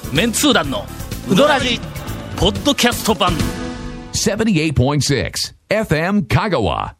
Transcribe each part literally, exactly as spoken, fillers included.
メンツー団のウドラジポッドキャスト版ななじゅうはちてんろく エフエム 香川。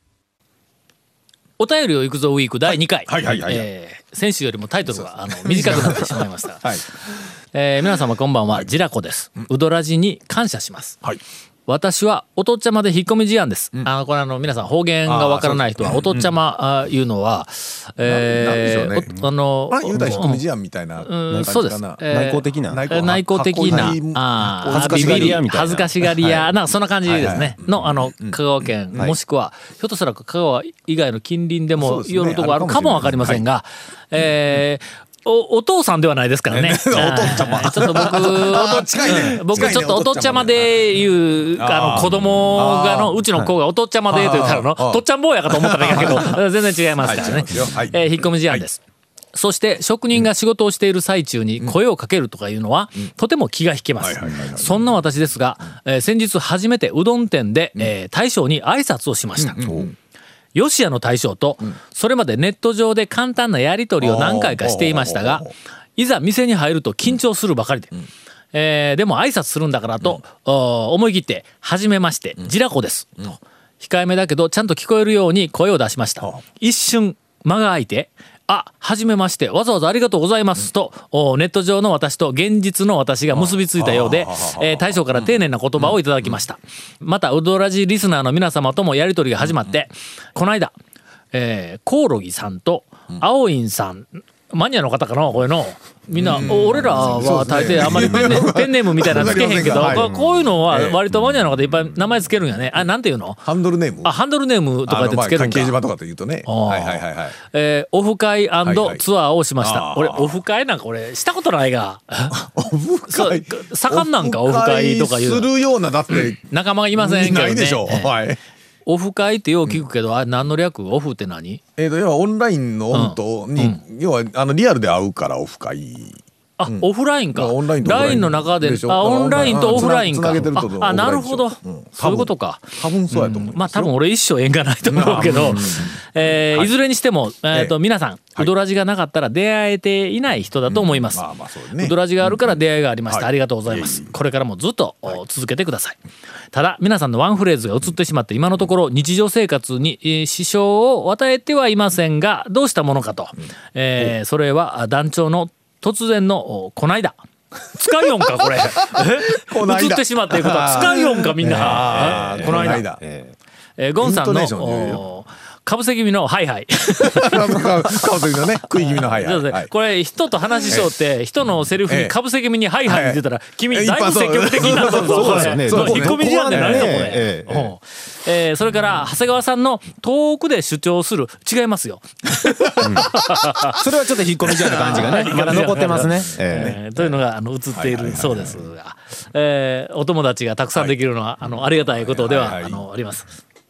お便りをいくぞウィークだいにかい、 はいはいはいはいえー先週よりもタイトルがあの短くなってしまいました、 はいえー皆様こんばんは、ジラコです。ウドラジに感謝します。 はい。 私はおとっちゃまで引っ込み思案です、あのこれあの皆さん方言がわからない人はおとっちゃまあいうのは、えーなんでしょうねおあのまあ言うたら引っ込み思案みたいなうん感じかな。 そうです、えー内向的な内向内向的なかっこいいあー恥ずかしがり屋みたいな恥ずかしがり屋、なんかそんな感じですね、 はいはいのあの香川県、もしくはひょっとしたら香川以外の近隣でもそうですね寄るところあるかもわかりませんが、えーお, お父さんではないですからね。 ねお父ちゃまあーちょっと僕、 あー近いね僕近いねちょっとおとっちゃまでいう、あの子供がの、うちの子がおとっちゃまでというからの、 あーとっちゃん坊やかと思ったらいいけど、全然違いますからね。 はい違いますよはいえー引っ込み思案です。そして職人が仕事をしている最中に声をかけるとかいうのは、とても気が引けます。そんな私ですが、えー先日初めてうどん店で、えー大将に挨拶をしました。吉谷の大将とそれまでネット上で簡単なやり取りを何回かしていましたが、いざ店に入ると緊張するばかりで、えーでも挨拶するんだからと、お思い切って「はじめましてジラコです」と控えめだけどちゃんと聞こえるように声を出しました。一瞬間が空いて「あ、はじめまして、わざわざありがとうございます」と、おネット上の私と現実の私が結びついたようで、えー大将から丁寧な言葉をいただきました。またウドラジリスナーの皆様ともやり取りが始まって、この間、えーコオロギさんと青インさん、マニアの方かなこれのみんな、俺らは大抵あんまりペンネペンネームみたいなのつけへんけど、 はいここういうのは割とマニアの方いっぱい名前つけるんやね。あ、なんていうの？ ハンドルネーム。 あ、ハンドルネームとかでつけるんか。 あのまあ掲示板とかで言うとね。 あーはいはいはいはい。 えーオフ会ツアーをしました。 はいはい俺オフ会なんか俺したことないがオフ会そう盛んなんかオフ会とかいうオフ会するようなだって仲間がいませんけどね。 ないでしょう。 えーはい。 オフ会ってよう聞くけど、あれ何の略？オフって何？ えっと要はオンラインのオンとに要はあのリアルで会うからオフ会。 あ、オフラインか。 オンラインとオフラインラインの中で、 でしょあ、オンラインとオフラインか。 つなげてるとあ、あなるほど、 オフラインでしょうんそういうことか。 多分そうやと思う。 まあ多分俺一生縁がないと思うけど、えーいずれにしても、えーと皆さん、ウドラジがなかったら出会えていない人だと思います。 まあまあそうですね。 ウドラジがあるから出会いがありました。 はいありがとうございます。これからもずっと、お続けてください。ただ皆さんのワンフレーズが映ってしまって今のところ日常生活に、えー支障を与えてはいませんが、どうしたものかと、えーそれは団長の突然のおこないだ使いよんかこれこないだ映ってしまっていることは使いよんかみんな、 あーこの間、 こないだええーゴンさんのイントネーションで言うよおかぶせ気味のはいはい顔というのね食い気味のはいはいそうですねはい。 これ人と話しようって人のセリフにかぶせ気味にはいはいって言ったら君ええだいぶ積極的になったぞそうですよねこれ引っ込み思案で何だこれ、 ええええうんえーそれから長谷川さんの遠くで主張する違いますよ、 それはちょっと引っ込み思案な感じがねまだ残ってますね。ええーというのがあの映っているそうですが、えーお友達がたくさんできるのは、あのありがたいことでは、 はいはいはいあのあります。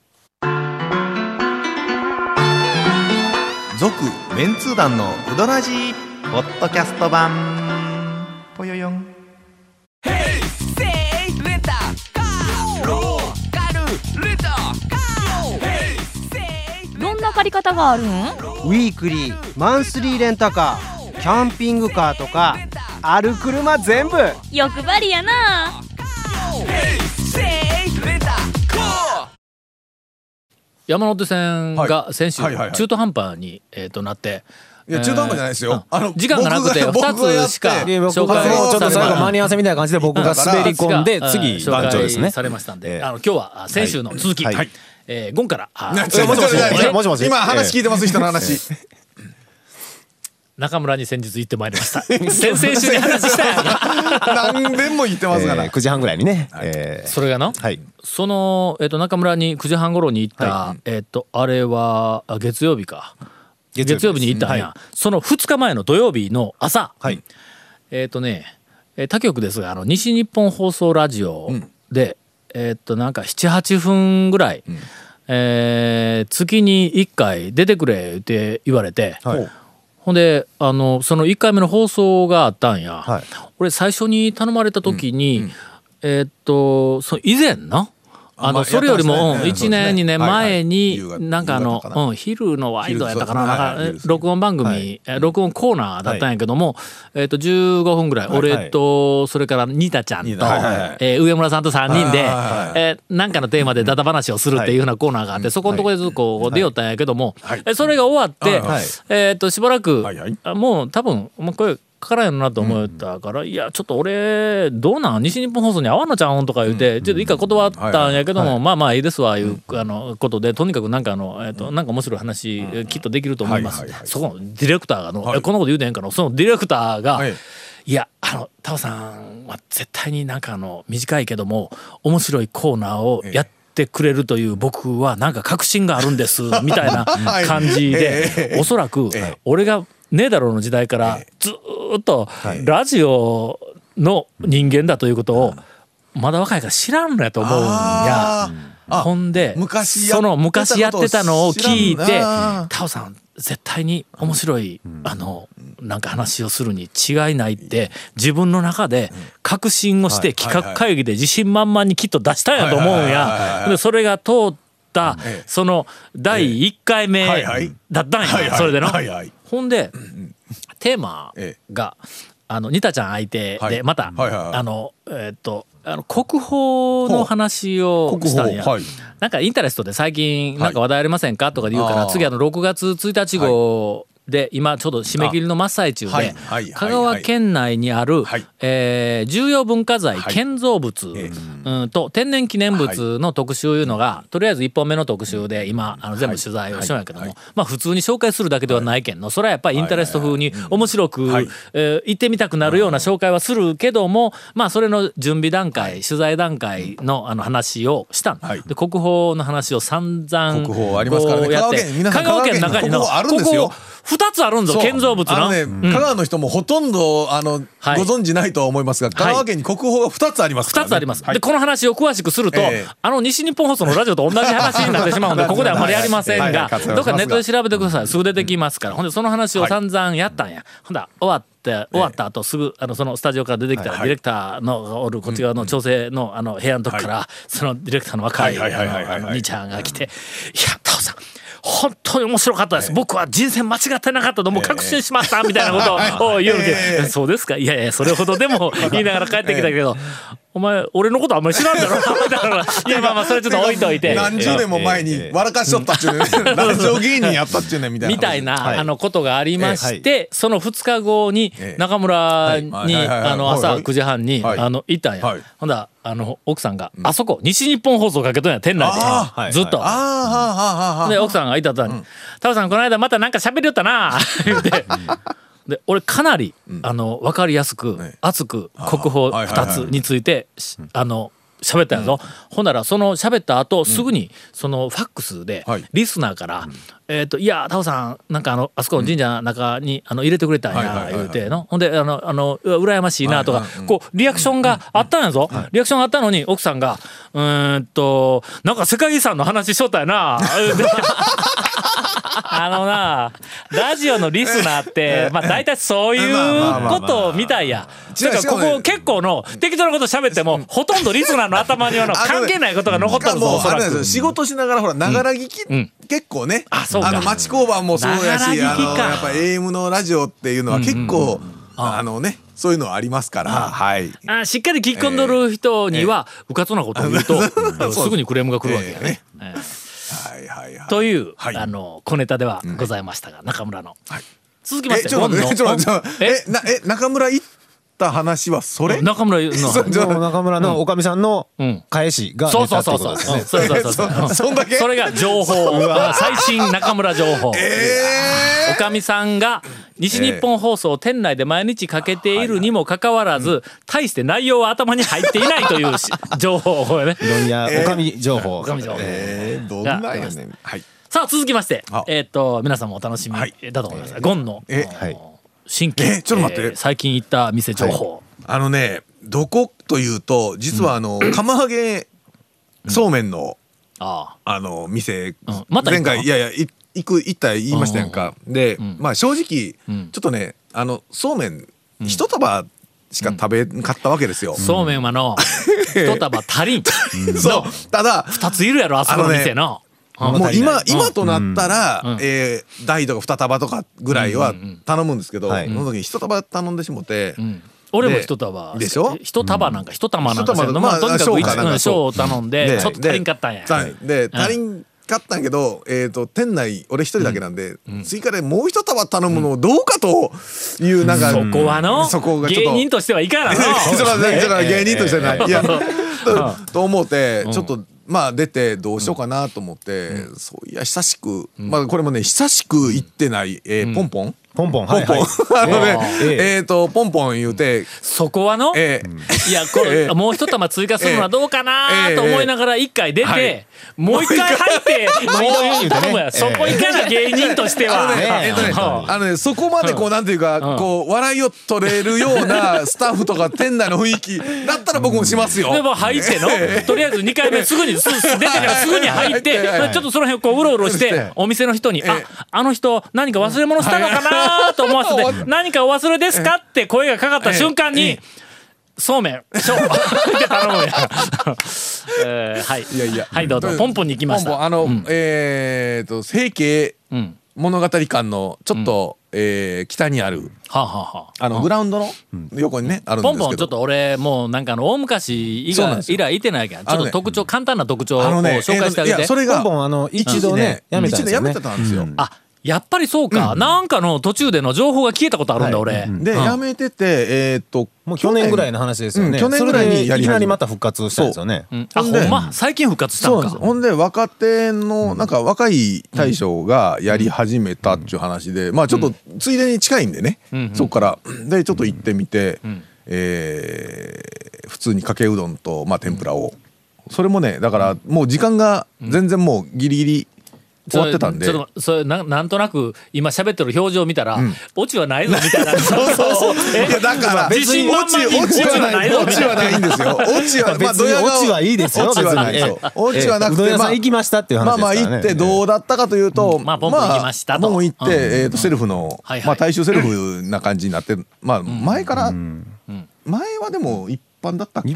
続メンツー団のウドラジーポッドキャスト版ぽよよん。 どんな借り方があるん？ ウィークリーマンスリーレンタカーキャンピングカーとかある車全部欲張りやな。 山手線が先週はいはいはいはい中途半端に、えー、となっていや中途半端じゃないですよ。あの時間がなくて僕がふたつしかえで僕紹介がもうちょっと最後され間に合わせみたいな感じで僕が滑り込んで次紹団長ですね介。されましたんで、 ええあの今日はあ先週の続き、 はいはいえーゴンからあなちょもしもしちょちょちょもしもし今話聞いてます人の話。 中村に先日行ってまいりました先々週に話したやんか何遍も言ってますからえー。くじはんぐらいにね。えーそれがな、 はい。 その、えー、と中村にくじはん頃に行った、 はえっ、とあれはあ月曜日か月曜日に行ったんや、 はそのふつかまえの土曜日の朝、 はい。 えっ、とね、えー他局ですがあの西日本放送ラジオで、えっ、となんかななはちふんぐらい、えー月にいっかい出てくれって言われて、 はい。 ほんであのそのいっかいめの放送があったんや、 はい俺最初に頼まれた時に、えーっとその以前なあのそれよりもいちねんにねんまえになんかあのうん昼のワイドやったかな、なんか録音番組、録音コーナーだったんやけども、えっとじゅうごふんぐらい俺とそれからニタちゃんとえ上村さんとさんにんでえなんかのテーマでダダ話をするっていうようなコーナーがあって、そこのところでずっとこう出よったんやけども、それが終わってえっとしばらくもう多分もうこれかからんよなと思ったから、うん、いやちょっと俺どうなん西日本放送に合わんのちゃうんとか言うて、うん、ちょっと一回断ったんやけども、はいはい、まあまあいいですわいう、うん、あのことでとにかくなんかあの、えー、となんか面白い話、うん、きっとできると思います、はいはいはい、そこのディレクターがの、はい、このこと言うてへんからそのディレクターが、はい、いやあのタオさんは絶対になんかあの短いけども面白いコーナーをやっててくれるという僕はなんか確信があるんですみたいな感じで、おそらく俺がねえだろうの時代からずっとラジオの人間だということをまだ若いから知らんのやと思うんや。ほんでその昔やってたのを聞いてタオさん絶対に面白いあのなんか話をするに違いないって自分の中で確信をして企画会議で自信満々にきっと出したんやと思うんや。でそれが通ったそのだいいっかいめだったんや。それでのほんでテーマがあのニタちゃん相手でまたあのえっとあの国宝の話をしたんや、はい、なんかインタレストで最近なんか話題ありませんかとかで言うから、はい、次あのろくがつついたち号で今ちょうど締め切りの真っ最中で香川県内にあるえ重要文化財建造物うんと天然記念物の特集いうのがとりあえずいっぽんめの特集で今あの全部取材をしたんやけども、まあ普通に紹介するだけではないけんのそれはやっぱりインタレスト風に面白くえ行ってみたくなるような紹介はするけども、まあそれの準備段階取材段階のあの話をしたんで国宝の話を散々 国宝ありますからね。 やって香川県の中にのここふたつあるんぞ建造物のあのね、うん、香川の人もほとんどあの、はい、ご存知ないとは思いますが香川県に国宝がふたつありますからね。 ふたつあります、はい、でこの話を詳しくすると、えー、あの西日本放送のラジオと同じ話になってしまうんでここではあまりやりませんが、はいはい、どっかネットで調べてください。すぐ出てきますから、ほんでその話を散々やったんや、はい、ほんだ終わって終わった後すぐあのそのスタジオから出てきたらディレクターのおるこっち側の調整のあの部屋のとこからそのディレクターの若い兄ちゃんが来て、いやタオさん本当に面白かったです、えー、僕は人選間違ってなかったともう確信しました、えー、みたいなことを言うので、えー、そうですかいやいやそれほどでも言いながら帰ってきたけど、えー、お前俺のことあんまり知らんだろだからいやまあまあそれちょっと置いといて何十年も前に笑かしとったっちゅうねラジオ芸人やったっちゅうねみたいなみたいな、はい、あのことがありまして、えーはい、そのふつかごに中村にあの朝くじはんにあの行ったんや、はい、ほんだあの奥さんが、うん、あそこ西日本放送かけとんや店内でずっと、はい、で奥さんがいたとに「タオさんこの間またなんか喋りよったな」言って。で俺かなり、うん、あの分かりやすく、ね、熱く国宝ふたつについて、はいはいはい、あの喋ったんやぞ、うん、ほんならその喋った後、うん、すぐにそのファックスでリスナーから、はい、えっ、ー、といやタオさんなんかあのあそこの神社の中にあの入れてくれたんや言うての、ほんであのあの羨ましいなとか、はいはいはい、こうリアクションがあったんやぞ、うん、リアクションがあったのに奥さんがうーんとなんか世界遺産の話しとったやなあのなラジオのリスナーってまあ大体そういうことみたいや。だからここ結構の適当なこと喋ってもほとんどリスナーの頭には関係ないことが残ったるぞ。おそらく仕事しながらほらながら聞き、うん、結構ね、ああの町工場もそうやし、あのやっぱ エーエム のラジオっていうのは結構、うんうんうん、あのねそういうのはありますから、はい、 あしっかり聞き込んどる人にはうかつなことを言うと、えー、すぐにクレームが来るわけやね。えーえーはいはいはい、という、はい、あの小ネタではございましたが、うん、中村の、はい、続きましてゴンのえなえ中村行った話はそれ中村の中村のおかみさんの返しがそうそうそうそうそうそうそうそんだけそれが情報最新中村情報、えー、おかみさんが西日本放送を店内で毎日かけているにもかかわらず、大して内容は頭に入っていないという情報をね。 いやおかみ情報。 おかみ情報。 えー、どんなんやねん。はい。 さあ続きまして、えっと皆さんもお楽しみだと思います。ゴンの新規、ちょっと待って最近行った店情報。 あのねどこというと実はあの釜揚げそうめんのあの店前回いやいや行く行った言いましたやんか。で、まあ正直ちょっとねあのそうめん一束しか食べんかったわけですよ。 そうめんはの一束足りん。 そうただふたついるやろあそこの店の。 もう今今となったら、うんえー、大とか二束とかぐらいは頼むんですけど、うんうんうん、その時に一束頼んでしもて、うん、 俺も一束でしょ一束なんか一玉なんかせんの、まあ、とにかく一小を頼んでちょっと足りんかったんや。 で足りんかったんやけど、えーと店内俺一人だけなんで、うん、追加でもう一束頼むのをどうかというなんか、 うん、そこはのそこがちょっと芸人としてはいかんの。 それはね、芸人としてない。いやと思ってちょっと。まあ出てどうしようかなと思って、うん、そういや久しく、うん、まあこれもね久しく行ってない、えーうん、ポンポンポンポンポンポン、はいはい、あのねえーとポンポン言うてそこはの、えー、いやこれ、えー、もう一玉追加するのはどうかなと思いながら一回出て、えー、もう一回入ってもう頼むやそこ行かな芸人としてはあのねそこまでこうなんていうか、うん、こう笑いを取れるようなスタッフとか店内の雰囲気だったら僕もしますよ。 でも入っての、えー、とりあえずにかいめすぐに出てからすぐに入ってちょっとその辺こううろうろしてお店の人に「ああの人何か忘れ物したのかな?」と思わせて「何かお忘れですか?」って声がかかった瞬間に「そうめんしょ」って頼むんや。えー、はいいやいやはいどうぞポンポンに行きました。 ポンポンあの、うん、えーと成形物語館のちょっと、うんえー、北にある、はあはあ、あのグラウンドの横にね、うん、あるんですけどポンポンちょっと俺もうなんかあの大昔以来以来いてないけどちょっと特徴、ね、簡単な特徴を紹介してあげて、 ねえー、それがポンポンあの一度ねやめたんですよね。 一度やめてたんですよ、うん、 あやっぱりそうか、うん、なんかの途中での情報が消えたことあるんだ、はい、俺、うん、 で、うん、やめててえー、っともう去年ぐらいの話ですよね、うん、 去年ぐらいにやりいきなりまた復活したんですよね。 うん、あほんま最近復活したんか。 ほんで若手のなんか若い大将がやり始めたっていう話で、まあちょっとついでに近いんでね、うん、そこからでちょっと行ってみて、うんえー、普通にかけうどんと、まあ、天ぷらをそれもねだからもう時間が全然もうギリギリ終わってたんで、 ちょっとそれ な, なんとなく今喋ってる表情を見たら、うん、オチはないぞみたいなそうそうそういやだから自信満々にオチはないオチはないんですよ。オチはまあドヤ顔オチはいいですよ。 オチはないですよ。オチはなくて、 うどん屋さん行きましたっていう話ですからね。 まあまあ行ってどうだったかというと、 うん、まあポンポン行きましたと、 まあ、ポン行って、うんえー、とセルフの、はいはい、まあ大衆セルフな感じになってまあ前から、うん、前はでも一般だったっけ？うん、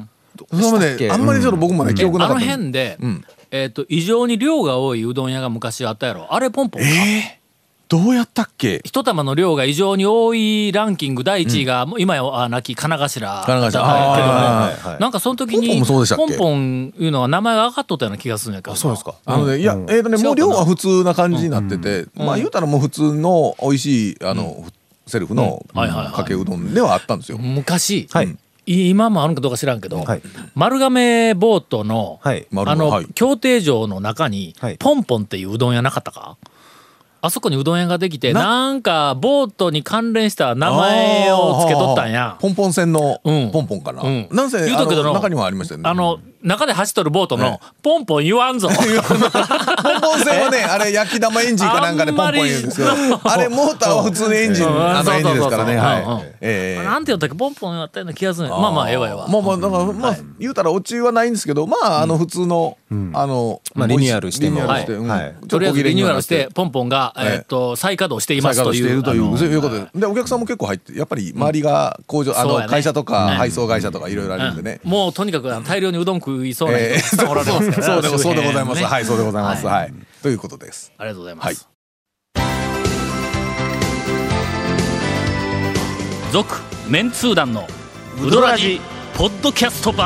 そうねあんまりちょっと僕もね記憶なかった。 あの辺で。うんえー、と異常に量が多いうどん屋が昔あったやろあれポンポンか、 えー、どうやったっけ。 一玉の量が異常に多いランキングだいいちいが、うん、今やなき金頭だったけど、ね、なんかその時にポンポンいうのは名前が上がっとったような気がするんやけど。 そうですか。あのねいや、えーとね、もう量は普通な感じになってて、うん、まあ言うたらもう普通の美味しいあの、うん、セルフのかけうどんではあったんですよ昔、 はい、 今もあるかどうか知らんけど、はい、丸亀ボートの、はい、あの、はい、競艇場の中に、はい、ポンポンっていううどん屋なかったか。あそこにうどん屋ができて な, なんかボートに関連した名前を付けとったんや。 ポンポン船のポンポンかな、うん、なんせ言うとけどの中にもありましたよね。 あの中で走っとるボートのポンポン言わんぞ。ポンポン船はねあれ焼き玉エンジンかなんかでポンポン言うんですけどあれモーターは普通のエンジン、うん、あのエンジンですからね。 なんて言ったっけポンポンやったような気がする。まあまあええわええわ。 まあまあだからまあ言うたらオチはないんですけどまああの普通のあのリニューアルしてもとりあえずリニューアルしてポンポンがえっと再稼働していますという。 というそういうことで、でお客さんも結構入ってやっぱり周りが工場、うん、あの、ね、会社とか、ね、配送会社とかいろいろあるんでね、 うん、もうとにかく大量にうどん食いそうな人がおられますから、 そうでそうでございます、ね、はいそうでございます、はいはい、ということです。 ありがとうございます。続、はい、メンツー団のウドラジポッドキャスト版。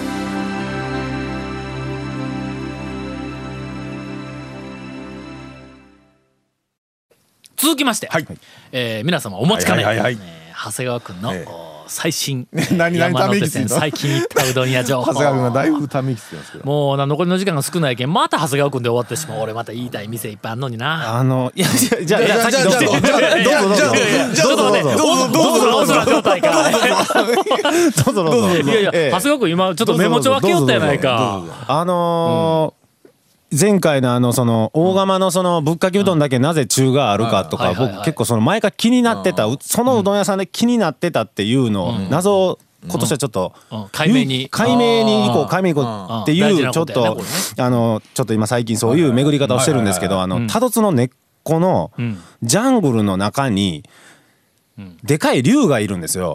続きまして、はいえー、皆様お待ちかね、はいはいはいはいえー、長谷川くんの、えー最新山手線最近行ったうどん屋情報。 長谷川君がだいぶため息つってますけどもう残りの時間が少ないけんまた長谷川君で終わってしまう。俺また言いたい店いっぱいあんのにな。 あのいやじゃあじゃあじゃあどうぞどうぞどうぞどうぞどうぞどうぞどうぞ状態からどうぞどうぞいやいや長谷川君今ちょっとメモ帳開けよったやないか。 あの前回のあのその大釜のそのぶっかけうどんだけなぜ中があるかとか僕結構その前から気になってたそのうどん屋さんで気になってたっていうのを謎を今年はちょっと解明に解明に行こう解明に行こうっていうちょっとあのちょっと今最近そういう巡り方をしてるんですけどあの多度津の根っこのジャングルの中にでかい竜がいるんですよ。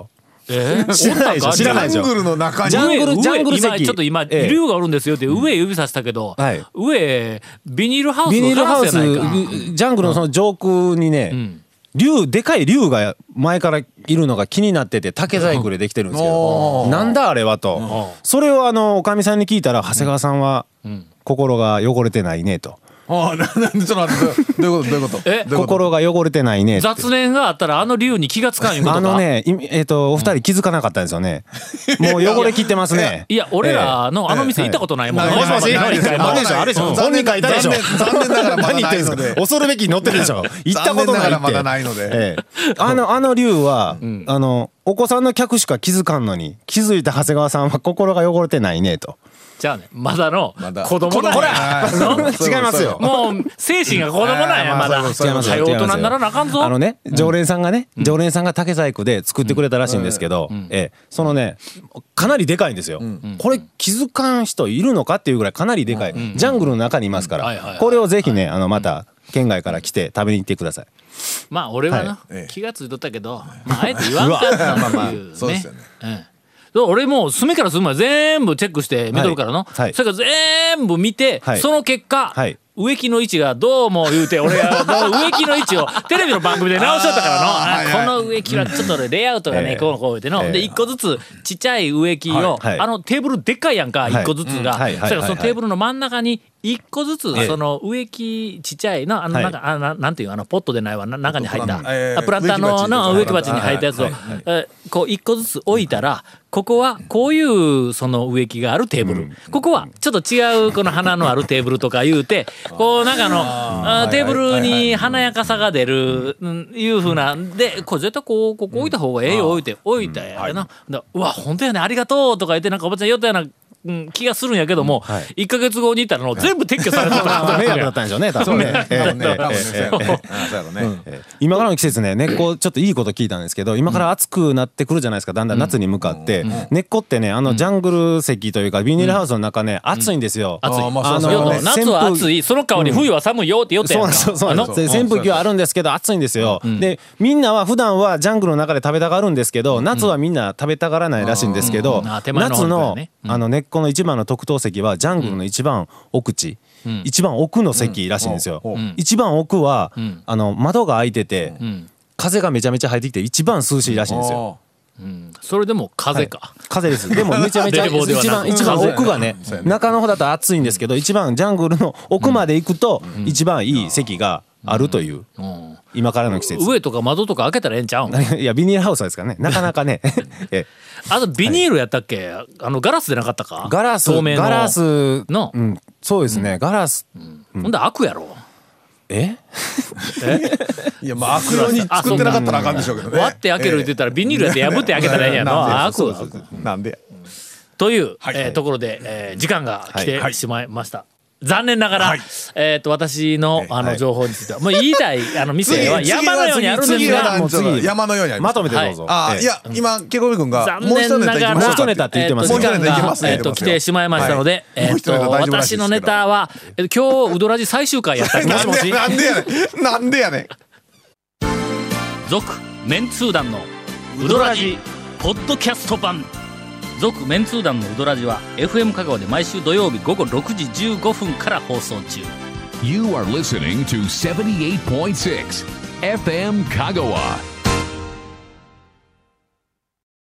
えー、 知らないでしょ知らないでしょジャングルの中にジャングル上ジャングル席今ちょっと今、 ええ竜がおるんですよって上指さしたけど、 はい上ビニールハウスビニールのガラハウススやないか。 ジャングルのその上空にね、 ん竜でかい竜が前からいるのが気になってて竹細工でできてるんですけど、なんだあれはと、それをあのおかみさんに聞いたら長谷川さんは心が汚れてないねと、 ああななんでちょっと待ってどういうことどういうことえどういうこと心が汚れてないねって。 雑念があったらあの竜に気がつかんいうことか。 あのね、いえっ、とお二人気づかなかったんですよね。もう汚れきってますね。 いや俺らのあの店行ったことないもん。 ええもしもしないないないあるでしょあるでしょ。 うん本人書いたでしょ。 残念残念ながらまだ何言ってんすか。 ないので恐るべきに載ってるでしょ。行ったことないって。 残念ながらまだないのでええあのあの竜は、あのお子さんの客しか気づかんのに気づいた長谷川さんは心が汚れてないねと。 じゃあねまだのまだ子供だほら違いますよ。 もう精神が子供なんやまだ。 ええまあそう違いますよ早大人にならなあかんぞ。 あのね常連さんがね、常連さんが竹細工で作ってくれたらしいんですけど、ええそのねかなりでかいんですよ、これ気づかん人いるのかっていうぐらいかなりでかい、ジャングルの中にいますかうんはいはいはいら、これをぜひねあのまた県外から来て食べに行ってください。 まあ俺はな、 はいええ気がついとったけど、まあ、あえて言わんかったっていうまあまあね。 そうですよねうん俺もう隅から隅まで全部チェックして見とるからの、 はいはいそれから全部見て、 はいその結果、 はい植木の位置がどうも言うて俺が植木の位置をテレビの番組で直しとったからのあーはいはいあこの植木はちょっとレイアウトがね、 ええこうこう言うての、 ええで一個ずつちっちゃい植木を、 はいはいあのテーブルでっかいやんか、 はい一個ずつが、 うんはいはいそれからそのテーブルの真ん中に一個ずつええその植木ちっちゃいのあのはいなんかあななんていうあのポットでないわな中に入った、 ええあプランターのの植木鉢に入ったやつを、 はいえこう一個ずつ置いたらここはこういうその植木があるテーブル、ここはちょっと違うこの花のあるテーブルとか言うてこうなんかあのあテーブルに華やかさが出るうんいうふうなんでこれ絶対こうここ置いた方がええよ置いて置いたやな、だうわ本当やねありがとうとか言ってなんかおばちゃん言ったようなうん気がするんやけども、いっかげつごに行ったらの全部撤去されてたあ迷惑だったんでしょうね多分ね。ええ多分ね多分ねええそうやろねうんそうやろねええ今からの季節ね根っこちょっといいこと聞いたんですけど、今から暑くなってくるじゃないですか、だんだん夏に向かって、根っこってねあのジャングル席というかビニールハウスの中ね暑いんですよ。 暑いあーまああのよそうそう夏は暑いその代わり冬は寒いよって言ってやんか、 そうそうそうあので扇風機はあるんですけど暑いんですよ、でみんなは普段はジャングルの中で食べたがるんですけど、夏はみんな食べたがらないらしいんですけど、 うんあ手前の方夏のに来るねあの根っこの一番の特等席はジャングルの一番奥地、一番奥の席らしいんですよ、一番奥は、あの窓が開いてて、風がめちゃめちゃ入ってきて一番涼しいらしいんですよ。 それでも風か、 風です。でもめちゃめちゃ冷房ではなく一番一番奥がね、中の方だと暑いんですけど、一番ジャングルの奥まで行くと一番いい席があるという、今からの季節。 上とか窓とか開けたらええんちゃうんいやビニールハウスですからね、なかなかね。えあとビニールやったっけ、あのガラスでなかったかガラス透明のガラスの、 うん、そうですね、ガラス。 ほんで開くやろえ？ いやまあアクロに作ってなかったらあかんでしょうけどね割って開けるって言ったらビニールやって破って開けたらええんやろ開くわなんでという、 はいえーところで、えー時間が来はいてしまいました、残念ながら、 はいえー、と私のあのはい情報についてはもう言いたいあの店は次山のようにあるんです次はがもう次山のようにありまますとめてどうぞ。ええあーいや今ケコビ君が残もう一ネタいき念ながらましょうかもう一ネタって言ってますよえーと時間もう一ネタいけがますねえーと来てしまいましたので、えーはいもう一ネタと大丈夫らしいですけど私のネタは、えー今日ウドラジ最終回やったっけもしもしなんでやねんなんでやねん続メンツー団のウドラジポッドキャスト版続メンツー団のウドラジは エフエム 香川で毎週土曜日午後ろくじじゅうごふんから放送中。 You are listening to seventy-eight point six F M Kagawa.